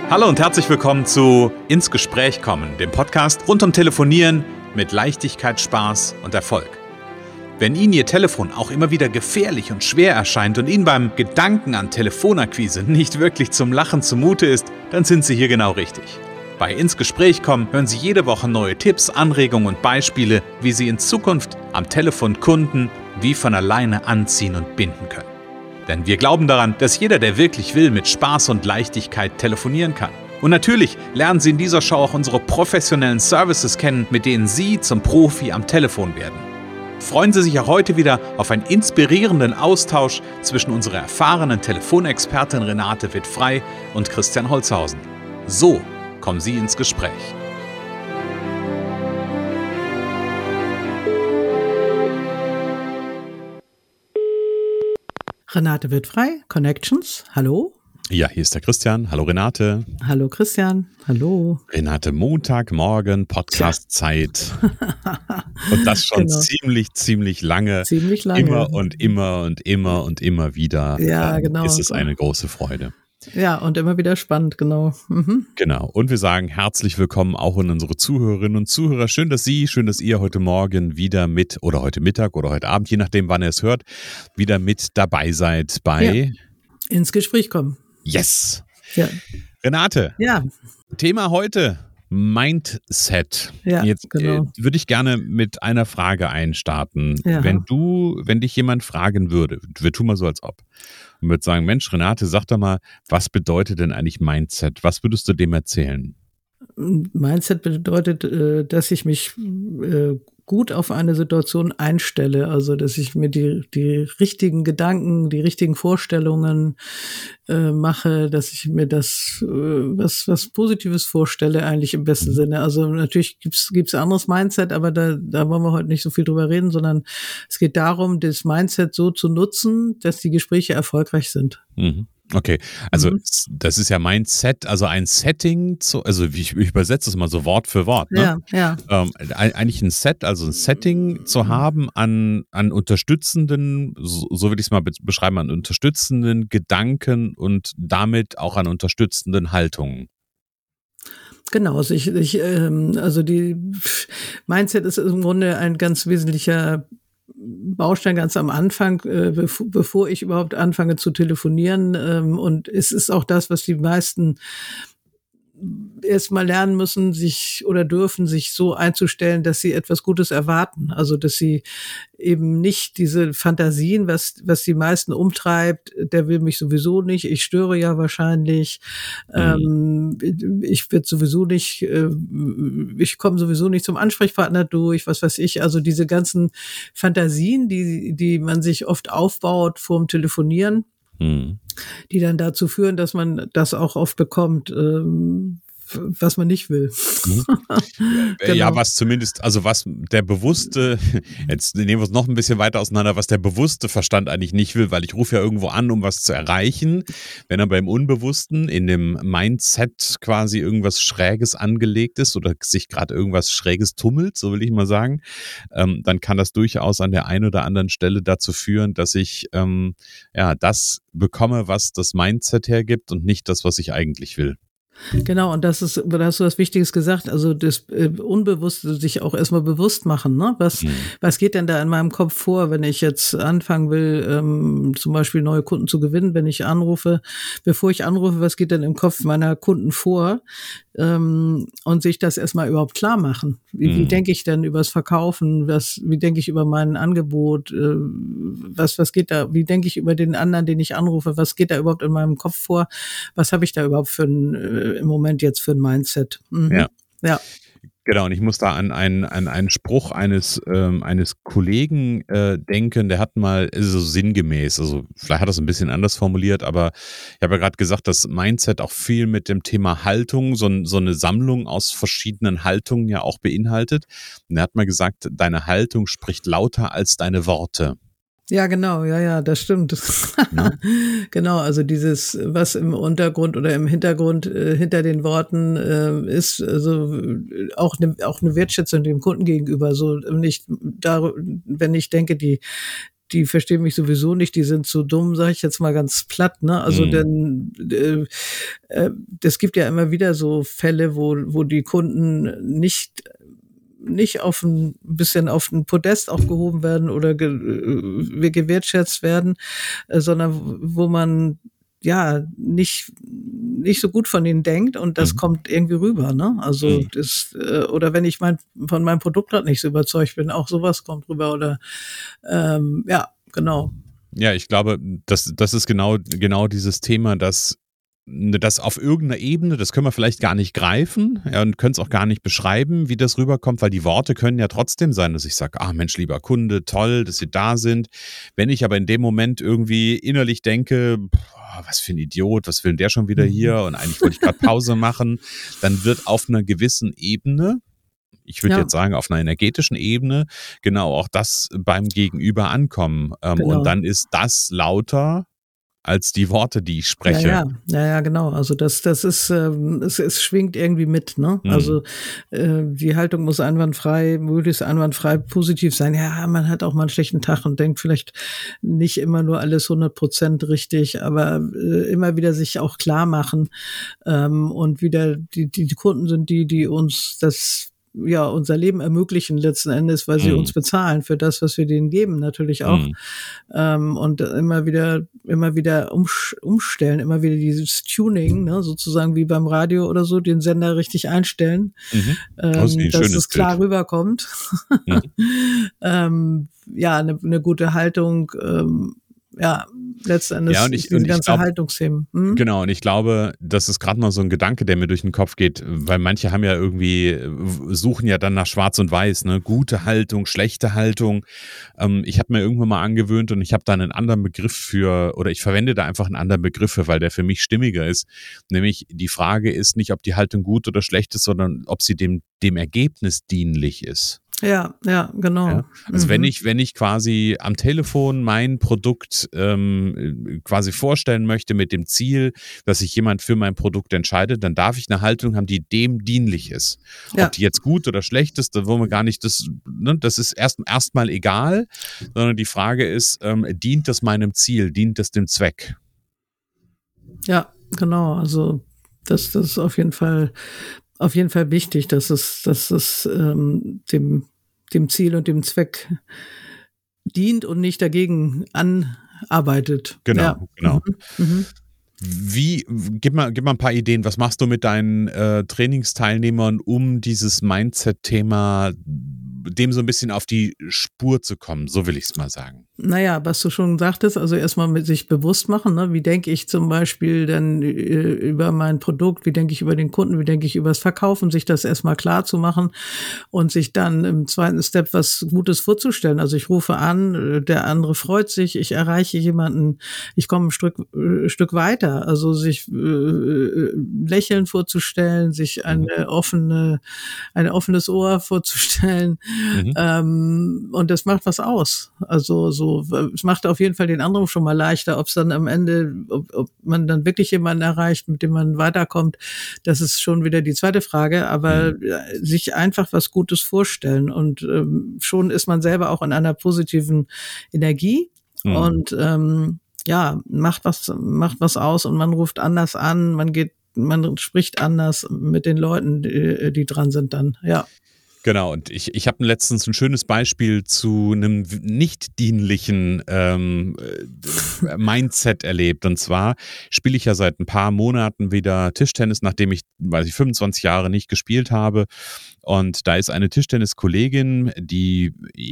Hallo und herzlich willkommen zu Ins Gespräch kommen, dem Podcast rund um Telefonieren mit Leichtigkeit, Spaß und Erfolg. Wenn Ihnen Ihr Telefon auch immer wieder gefährlich und schwer erscheint und Ihnen beim Gedanken an Telefonakquise nicht wirklich zum Lachen zumute ist, dann sind Sie hier genau richtig. Bei Ins Gespräch kommen hören Sie jede Woche neue Tipps, Anregungen und Beispiele, wie Sie in Zukunft am Telefon Kunden wie von alleine anziehen und binden können. Denn wir glauben daran, dass jeder, der wirklich will, mit Spaß und Leichtigkeit telefonieren kann. Und natürlich lernen Sie in dieser Show auch unsere professionellen Services kennen, mit denen Sie zum Profi am Telefon werden. Freuen Sie sich auch heute wieder auf einen inspirierenden Austausch zwischen unserer erfahrenen Telefonexpertin Renate Witt-Frey und Christian Holzhausen. So kommen Sie ins Gespräch. Renate Witt-Frey, Connections, hallo. Ja, hier ist der Christian. Hallo Renate. Hallo Christian, hallo. Renate, Montagmorgen, Podcast-Zeit. Und das schon Genau. ziemlich lange. Ziemlich lange. Immer und immer wieder. Ja, genau. Ist es eine große Freude. Ja, und immer wieder spannend, genau. Genau. Und wir sagen herzlich willkommen auch an unsere Zuhörerinnen und Zuhörer. Schön, dass ihr heute Morgen wieder mit, oder heute Mittag oder heute Abend, je nachdem, wann ihr es hört, wieder mit dabei seid bei Ins Gespräch kommen. Yes. Ja. Renate. Ja. Thema heute: Mindset. Ja, Jetzt genau. würde ich gerne mit einer Frage einstarten. Ja. Wenn dich jemand fragen würde, wir tun mal so als ob, und würde sagen, Mensch, Renate, sag doch mal, was bedeutet denn eigentlich Mindset? Was würdest du dem erzählen? Mindset bedeutet, dass ich mich gut auf eine Situation einstelle, also dass ich mir die richtigen Gedanken, die richtigen Vorstellungen mache, dass ich mir das was Positives vorstelle, eigentlich im besten Sinne. Also natürlich gibt's anderes Mindset, aber da wollen wir heute nicht so viel drüber reden, sondern es geht darum, das Mindset so zu nutzen, dass die Gespräche erfolgreich sind. Mhm. Okay, also das ist ja Mindset, also ein Setting, also ich übersetze es mal so Wort für Wort. Ne? Ja. Eigentlich ein Setting zu haben an unterstützenden, so will ich es mal beschreiben, an unterstützenden Gedanken und damit auch an unterstützenden Haltungen. Genau, also also die Mindset ist im Grunde ein ganz wesentlicher Baustein ganz am Anfang, bevor ich überhaupt anfange zu telefonieren. Und es ist auch das, was die meisten erst mal lernen müssen, sich so einzustellen, dass sie etwas Gutes erwarten. Also, dass sie eben nicht diese Fantasien, was die meisten umtreibt, der will mich sowieso nicht, ich störe ja wahrscheinlich, ich komme sowieso nicht zum Ansprechpartner durch, was weiß ich. Also diese ganzen Fantasien, die man sich oft aufbaut vorm Telefonieren, die dann dazu führen, dass man das auch oft bekommt, was man nicht will. Genau. Ja, was der bewusste, jetzt nehmen wir es noch ein bisschen weiter auseinander, was der bewusste Verstand eigentlich nicht will, weil ich rufe ja irgendwo an, um was zu erreichen. Wenn aber im Unbewussten, in dem Mindset quasi irgendwas Schräges angelegt ist oder sich gerade irgendwas Schräges tummelt, so will ich mal sagen, dann kann das durchaus an der einen oder anderen Stelle dazu führen, dass ich das bekomme, was das Mindset hergibt und nicht das, was ich eigentlich will. Genau, und da hast du was Wichtiges gesagt, also das Unbewusste sich auch erstmal bewusst machen, ne? Was geht denn da in meinem Kopf vor, wenn ich jetzt anfangen will, zum Beispiel neue Kunden zu gewinnen, wenn ich anrufe, bevor ich anrufe, was geht denn im Kopf meiner Kunden vor? Und sich das erstmal überhaupt klar machen. Wie denke ich denn übers Verkaufen? Wie denke ich über mein Angebot? Was geht da? Wie denke ich über den anderen, den ich anrufe? Was geht da überhaupt in meinem Kopf vor? Was habe ich da überhaupt im Moment jetzt für ein Mindset? Ja. Genau, und ich muss da an einen Spruch eines Kollegen denken, der hat mal so sinngemäß, also vielleicht hat er es ein bisschen anders formuliert, aber ich habe ja gerade gesagt, dass Mindset auch viel mit dem Thema Haltung, so eine Sammlung aus verschiedenen Haltungen ja auch beinhaltet. Und er hat mal gesagt, deine Haltung spricht lauter als deine Worte. Ja, genau, ja, das stimmt. Ja. Genau, also dieses, was im Untergrund oder im Hintergrund hinter den Worten ist, also auch eine Wertschätzung dem Kunden gegenüber. So wenn ich denke, die verstehen mich sowieso nicht, die sind zu dumm, sage ich jetzt mal ganz platt, ne? Also denn es gibt ja immer wieder so Fälle, wo die Kunden nicht auf ein bisschen auf ein Podest aufgehoben werden oder gewertschätzt werden, sondern wo man ja nicht so gut von ihnen denkt und das kommt irgendwie rüber, ne? Also das oder wenn ich von meinem Produkt gerade nicht so überzeugt bin, auch sowas kommt rüber oder ja, genau. Ja, ich glaube, das ist genau dieses Thema, dass das auf irgendeiner Ebene, das können wir vielleicht gar nicht greifen, ja, und können es auch gar nicht beschreiben, wie das rüberkommt, weil die Worte können ja trotzdem sein, dass ich sage, Mensch, lieber Kunde, toll, dass Sie da sind. Wenn ich aber in dem Moment irgendwie innerlich denke, was für ein Idiot, was will denn der schon wieder hier und eigentlich wollte ich gerade Pause machen, dann wird auf einer gewissen Ebene, ich würde jetzt sagen, auf einer energetischen Ebene, genau auch das beim Gegenüber ankommen. Genau. Und dann ist das lauter als die Worte, die ich spreche. Ja, genau. Also das ist, es schwingt irgendwie mit, ne? Also die Haltung muss möglichst einwandfrei positiv sein. Ja, man hat auch mal einen schlechten Tag und denkt vielleicht nicht immer nur alles 100% richtig, aber immer wieder sich auch klar machen und wieder die Kunden sind die uns unser Leben ermöglichen letzten Endes, weil sie uns bezahlen für das, was wir denen geben, natürlich auch. Und immer wieder umstellen, immer wieder dieses Tuning, ne, sozusagen wie beim Radio oder so, den Sender richtig einstellen, dass es klar rüberkommt. Eine gute Haltung, letzten Endes diese ganze Haltungsthemen. Genau, und ich glaube, das ist gerade mal so ein Gedanke, der mir durch den Kopf geht, weil manche haben ja irgendwie, suchen ja dann nach Schwarz und Weiß, ne? Gute Haltung, schlechte Haltung. Ich habe mir irgendwann mal angewöhnt und ich habe da einen anderen Begriff oder ich verwende da einfach einen anderen Begriff für, weil der für mich stimmiger ist. Nämlich die Frage ist nicht, ob die Haltung gut oder schlecht ist, sondern ob sie dem Ergebnis dienlich ist. Ja, genau. Ja, also wenn ich quasi am Telefon mein Produkt quasi vorstellen möchte mit dem Ziel, dass sich jemand für mein Produkt entscheidet, dann darf ich eine Haltung haben, die dem dienlich ist. Ja. Ob die jetzt gut oder schlecht ist, da wollen wir gar nicht, das ist erstmal egal, sondern die Frage ist, dient das meinem Ziel, dient das dem Zweck? Ja, genau. Also das ist auf jeden Fall wichtig, dass es dem Ziel und dem Zweck dient und nicht dagegen anarbeitet. Genau. Gib mal ein paar Ideen. Was machst du mit deinen Trainingsteilnehmern, um dieses Mindset-Thema dem so ein bisschen auf die Spur zu kommen? So will ich es mal sagen. Naja, was du schon sagtest, also erstmal mit sich bewusst machen, ne? Wie denke ich zum Beispiel dann über mein Produkt, wie denke ich über den Kunden, wie denke ich über das Verkaufen, sich das erstmal klar zu machen und sich dann im zweiten Step was Gutes vorzustellen. Also ich rufe an, der andere freut sich, ich erreiche jemanden, ich komme ein Stück weiter. Also sich Lächeln vorzustellen, sich ein offenes Ohr vorzustellen, und das macht was aus. Also es macht auf jeden Fall den anderen schon mal leichter, ob es dann am Ende, ob man dann wirklich jemanden erreicht, mit dem man weiterkommt, das ist schon wieder die zweite Frage, aber sich einfach was Gutes vorstellen und schon ist man selber auch in einer positiven Energie und macht was aus und man ruft anders an, man spricht anders mit den Leuten, die dran sind dann, ja. Genau, und ich habe letztens ein schönes Beispiel zu einem nicht dienlichen Mindset erlebt. Und zwar spiele ich ja seit ein paar Monaten wieder Tischtennis, nachdem ich 25 Jahre nicht gespielt habe. Und da ist eine Tischtenniskollegin, die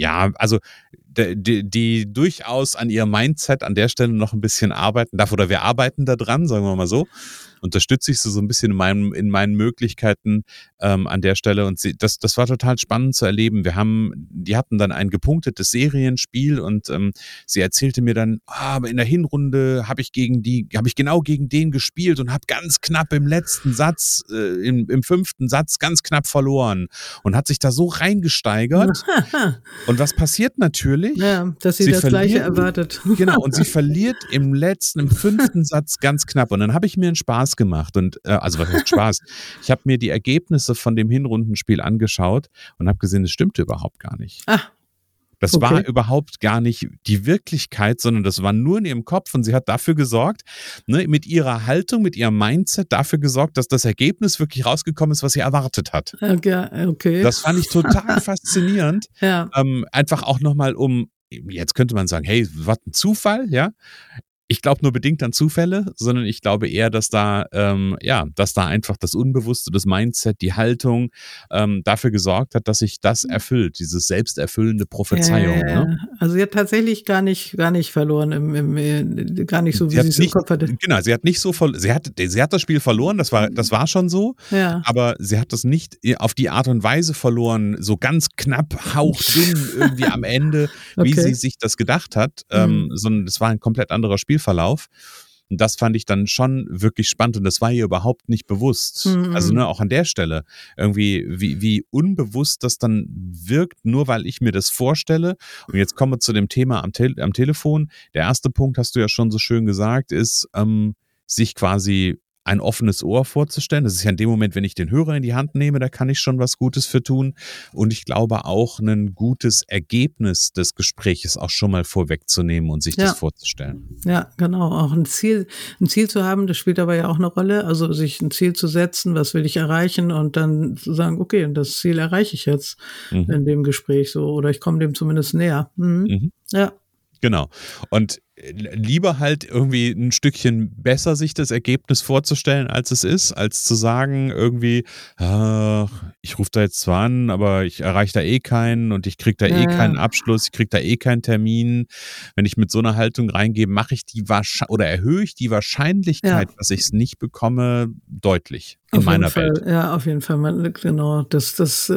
durchaus an ihrem Mindset an der Stelle noch ein bisschen arbeiten darf, oder wir arbeiten da dran, sagen wir mal so. Unterstütze ich sie so ein bisschen in meinen Möglichkeiten an der Stelle. Und das war total spannend zu erleben. Die hatten dann ein gepunktetes Serienspiel und sie erzählte mir dann, aber in der Hinrunde habe ich genau gegen den gespielt und habe ganz knapp im letzten Satz, im 5. Satz ganz knapp verloren und hat sich da so reingesteigert. Und was passiert natürlich? Ja, dass sie das Gleiche erwartet. Genau, und sie verliert im 5. Satz ganz knapp. Und dann habe ich mir einen Spaß gemacht und was heißt Spaß? Ich habe mir die Ergebnisse von dem Hinrundenspiel angeschaut und habe gesehen, es stimmte überhaupt gar nicht. Das war überhaupt gar nicht die Wirklichkeit, sondern das war nur in ihrem Kopf und sie hat dafür gesorgt, ne, mit ihrer Haltung, mit ihrem Mindset dafür gesorgt, dass das Ergebnis wirklich rausgekommen ist, was sie erwartet hat. Okay. Das fand ich total faszinierend. Ja. Einfach auch nochmal jetzt könnte man sagen, hey, was ein Zufall, ja? Ich glaube nur bedingt an Zufälle, sondern ich glaube eher, dass da einfach das Unbewusste, das Mindset, die Haltung dafür gesorgt hat, dass sich das erfüllt, dieses selbsterfüllende Prophezeiung. Ne? Also sie hat tatsächlich gar nicht verloren, gar nicht so, wie sie es im Kopf hatte. Genau, sie hat nicht so sie hat das Spiel verloren, das war schon so, aber sie hat das nicht auf die Art und Weise verloren, so ganz knapp, hauchdünn irgendwie am Ende, wie sie sich das gedacht hat, sondern es war ein komplett anderer Spielverlauf. Und das fand ich dann schon wirklich spannend und das war ihr überhaupt nicht bewusst. Also auch an der Stelle irgendwie, wie unbewusst das dann wirkt, nur weil ich mir das vorstelle. Und jetzt kommen wir zu dem Thema am Telefon. Der erste Punkt, hast du ja schon so schön gesagt, ist, sich quasi ein offenes Ohr vorzustellen. Das ist ja in dem Moment, wenn ich den Hörer in die Hand nehme, da kann ich schon was Gutes für tun. Und ich glaube auch, ein gutes Ergebnis des Gesprächs auch schon mal vorwegzunehmen und sich das vorzustellen. Ja, genau. Auch ein Ziel zu haben, das spielt aber ja auch eine Rolle. Also sich ein Ziel zu setzen, was will ich erreichen und dann zu sagen, okay, das Ziel erreiche ich jetzt in dem Gespräch so oder ich komme dem zumindest näher. Ja. Genau. Und lieber halt irgendwie ein Stückchen besser sich das Ergebnis vorzustellen, als es ist, als zu sagen irgendwie, ich rufe da jetzt zwar an, aber ich erreiche da eh keinen und ich kriege da eh keinen Abschluss, ich kriege da eh keinen Termin. Wenn ich mit so einer Haltung reingehe, erhöhe ich die Wahrscheinlichkeit, dass ich es nicht bekomme, deutlich in meiner Welt. Ja, auf jeden Fall. Genau. Und das ist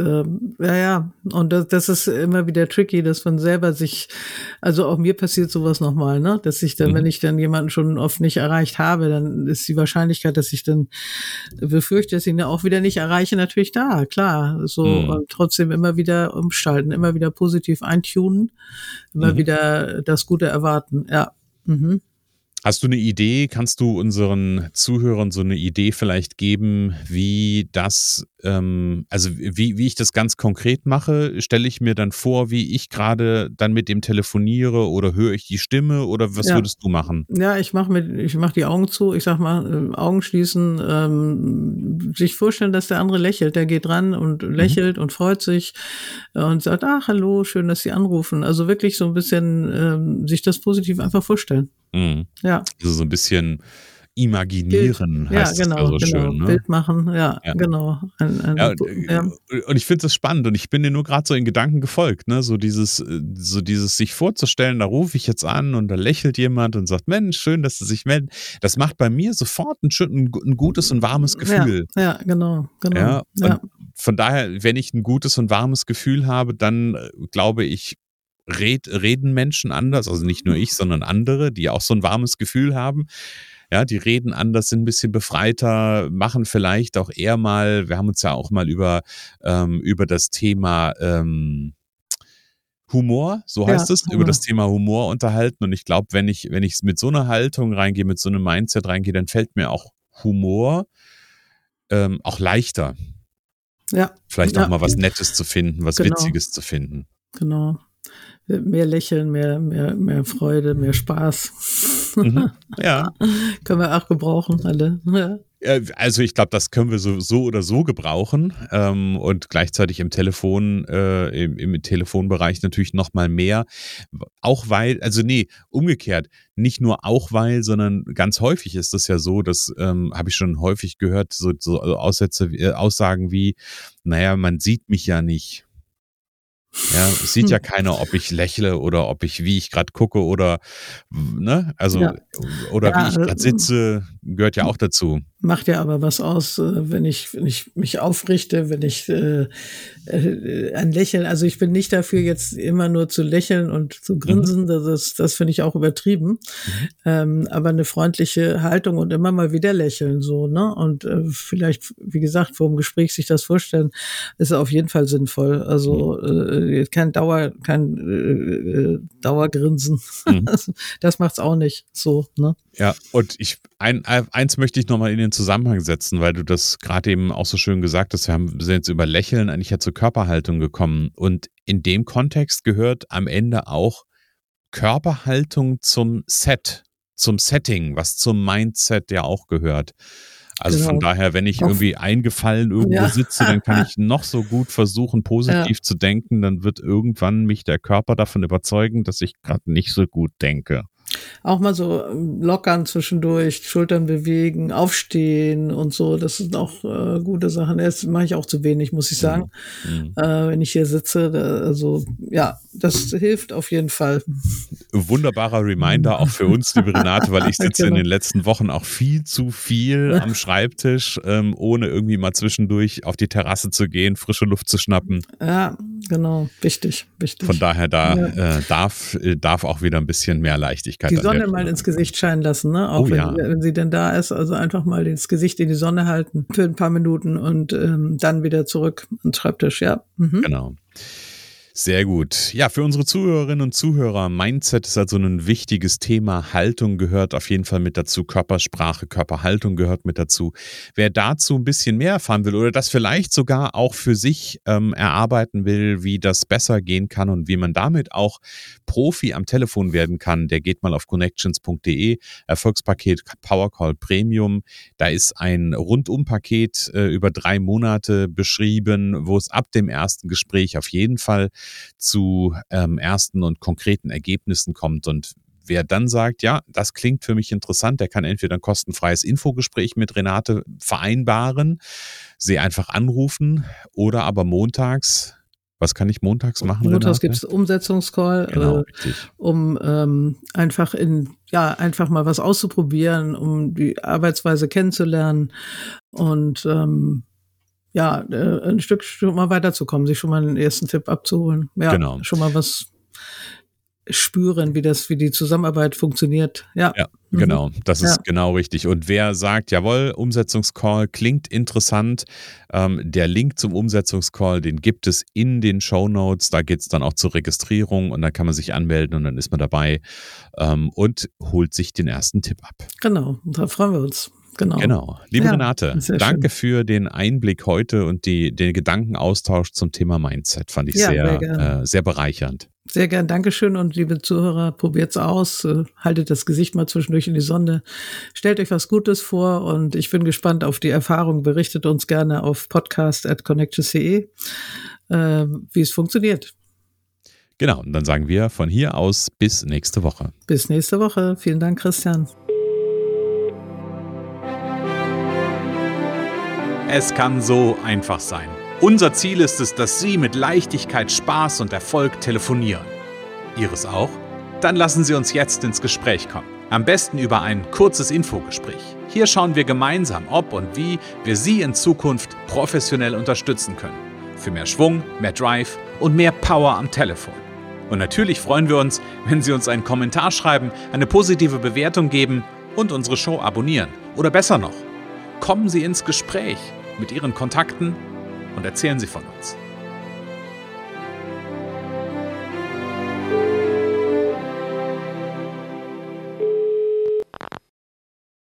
immer wieder tricky, dass man selber also auch mir passiert sowas nochmal, ne? Dass ich dann, wenn ich dann jemanden schon oft nicht erreicht habe, dann ist die Wahrscheinlichkeit, dass ich dann befürchte, dass ich ihn auch wieder nicht erreiche, natürlich da, klar. So, und trotzdem immer wieder umschalten, immer wieder positiv eintunen, immer wieder das Gute erwarten, ja. Hast du eine Idee? Kannst du unseren Zuhörern so eine Idee vielleicht geben, wie das, wie ich das ganz konkret mache? Stelle ich mir dann vor, wie ich gerade dann mit dem telefoniere oder höre ich die Stimme oder was würdest du machen? Ja, ich mach die Augen zu, ich sag mal, Augen schließen, sich vorstellen, dass der andere lächelt, der geht ran und lächelt und freut sich und sagt, ach, hallo, schön, dass Sie anrufen. Also wirklich so ein bisschen sich das positiv einfach vorstellen. Ja. Also so ein bisschen imaginieren heißt es ja so schön. Ne? Bild machen, genau. Und ich finde das spannend und ich bin dir nur gerade so in Gedanken gefolgt, ne? So dieses sich vorzustellen, da rufe ich jetzt an und da lächelt jemand und sagt, Mensch, schön, dass Sie sich melden. Das macht bei mir sofort ein gutes und warmes Gefühl. Ja, genau. Ja, und von daher, wenn ich ein gutes und warmes Gefühl habe, dann glaube ich, reden Menschen anders, also nicht nur ich, sondern andere, die auch so ein warmes Gefühl haben. Ja, die reden anders, sind ein bisschen befreiter, machen vielleicht auch eher mal, wir haben uns ja auch mal über das Thema Humor, so heißt es, über das Thema Humor unterhalten. Und ich glaube, wenn ich mit so einer Haltung reingehe, mit so einem Mindset reingehe, dann fällt mir auch Humor auch leichter. Ja. Vielleicht auch mal was Nettes zu finden, was Witziges zu finden. Genau. Mehr Lächeln, mehr Freude, mehr Spaß. Ja. Können wir auch gebrauchen, alle. Ja. Also ich glaube, das können wir so oder so gebrauchen und gleichzeitig im Telefonbereich natürlich noch mal mehr. Auch weil, umgekehrt, nicht nur auch weil, sondern ganz häufig ist das ja so, das habe ich schon häufig gehört, so Aussagen wie, naja, man sieht mich ja nicht. Ja, es sieht ja keiner, ob ich lächle oder wie ich gerade gucke oder, ne, also, oder wie ich gerade sitze, gehört ja auch dazu. Macht ja aber was aus, wenn ich mich aufrichte, wenn ich ein Lächeln, also ich bin nicht dafür, jetzt immer nur zu lächeln und zu grinsen, das finde ich auch übertrieben, aber eine freundliche Haltung und immer mal wieder lächeln, so, ne, und vielleicht, wie gesagt, vor dem Gespräch sich das vorstellen, ist auf jeden Fall sinnvoll, also kein Dauergrinsen, das macht's auch nicht, so, ne. Ja, und eins möchte ich nochmal in den Zusammenhang setzen, weil du das gerade eben auch so schön gesagt hast, wir sind jetzt über Lächeln eigentlich ja zur Körperhaltung gekommen und in dem Kontext gehört am Ende auch Körperhaltung zum Setting, was zum Mindset ja auch gehört. Also von daher, wenn ich irgendwie eingefallen irgendwo sitze, dann kann ich noch so gut versuchen, positiv zu denken, dann wird irgendwann mich der Körper davon überzeugen, dass ich gerade nicht so gut denke. Auch mal so lockern zwischendurch, Schultern bewegen, aufstehen und so, das sind auch gute Sachen. Das mache ich auch zu wenig, muss ich sagen, wenn ich hier sitze. Also ja, das hilft auf jeden Fall. Wunderbarer Reminder auch für uns, liebe Renate, weil ich sitze in den letzten Wochen auch viel zu viel am Schreibtisch, ohne irgendwie mal zwischendurch auf die Terrasse zu gehen, frische Luft zu schnappen. Ja, genau, wichtig. Von daher darf auch wieder ein bisschen mehr Leichtigkeit. Die Sonne mal ins Gesicht scheinen lassen, ne? Auch wenn sie denn da ist. Also einfach mal das Gesicht in die Sonne halten für ein paar Minuten und dann wieder zurück ans Schreibtisch, ja. Genau. Sehr gut. Ja, für unsere Zuhörerinnen und Zuhörer, Mindset ist also ein wichtiges Thema. Haltung gehört auf jeden Fall mit dazu. Körpersprache, Körperhaltung gehört mit dazu. Wer dazu ein bisschen mehr erfahren will oder das vielleicht sogar auch für sich erarbeiten will, wie das besser gehen kann und wie man damit auch Profi am Telefon werden kann, der geht mal auf connections.de, Erfolgspaket Powercall Premium. Da ist ein Rundumpaket über 3 Monate beschrieben, wo es ab dem ersten Gespräch auf jeden Fall zu ersten und konkreten Ergebnissen kommt. Und wer dann sagt, ja, das klingt für mich interessant, der kann entweder ein kostenfreies Infogespräch mit Renate vereinbaren, sie einfach anrufen oder aber montags. Was kann ich montags machen? Montags gibt es Umsetzungscall, um einfach mal was auszuprobieren, um die Arbeitsweise kennenzulernen und ein Stück schon mal weiterzukommen, sich schon mal den ersten Tipp abzuholen. Ja, schon mal was spüren, wie die Zusammenarbeit funktioniert. Ja, genau. Das ist genau richtig. Und wer sagt, jawohl, Umsetzungscall klingt interessant, der Link zum Umsetzungscall, den gibt es in den Shownotes. Da geht es dann auch zur Registrierung und dann kann man sich anmelden und dann ist man dabei und holt sich den ersten Tipp ab. Genau, da freuen wir uns. Genau. Liebe Renate, danke für den Einblick heute und den Gedankenaustausch zum Thema Mindset. Fand ich sehr bereichernd. Sehr gern, Dankeschön. Und liebe Zuhörer, probiert's aus, haltet das Gesicht mal zwischendurch in die Sonne, stellt euch was Gutes vor und ich bin gespannt auf die Erfahrung. Berichtet uns gerne auf podcast@connections.de, wie es funktioniert. Genau, und dann sagen wir von hier aus bis nächste Woche. Bis nächste Woche. Vielen Dank, Christian. Es kann so einfach sein. Unser Ziel ist es, dass Sie mit Leichtigkeit, Spaß und Erfolg telefonieren. Ihres auch? Dann lassen Sie uns jetzt ins Gespräch kommen. Am besten über ein kurzes Infogespräch. Hier schauen wir gemeinsam, ob und wie wir Sie in Zukunft professionell unterstützen können. Für mehr Schwung, mehr Drive und mehr Power am Telefon. Und natürlich freuen wir uns, wenn Sie uns einen Kommentar schreiben, eine positive Bewertung geben und unsere Show abonnieren. Oder besser noch, kommen Sie ins Gespräch mit Ihren Kontakten und erzählen Sie von uns.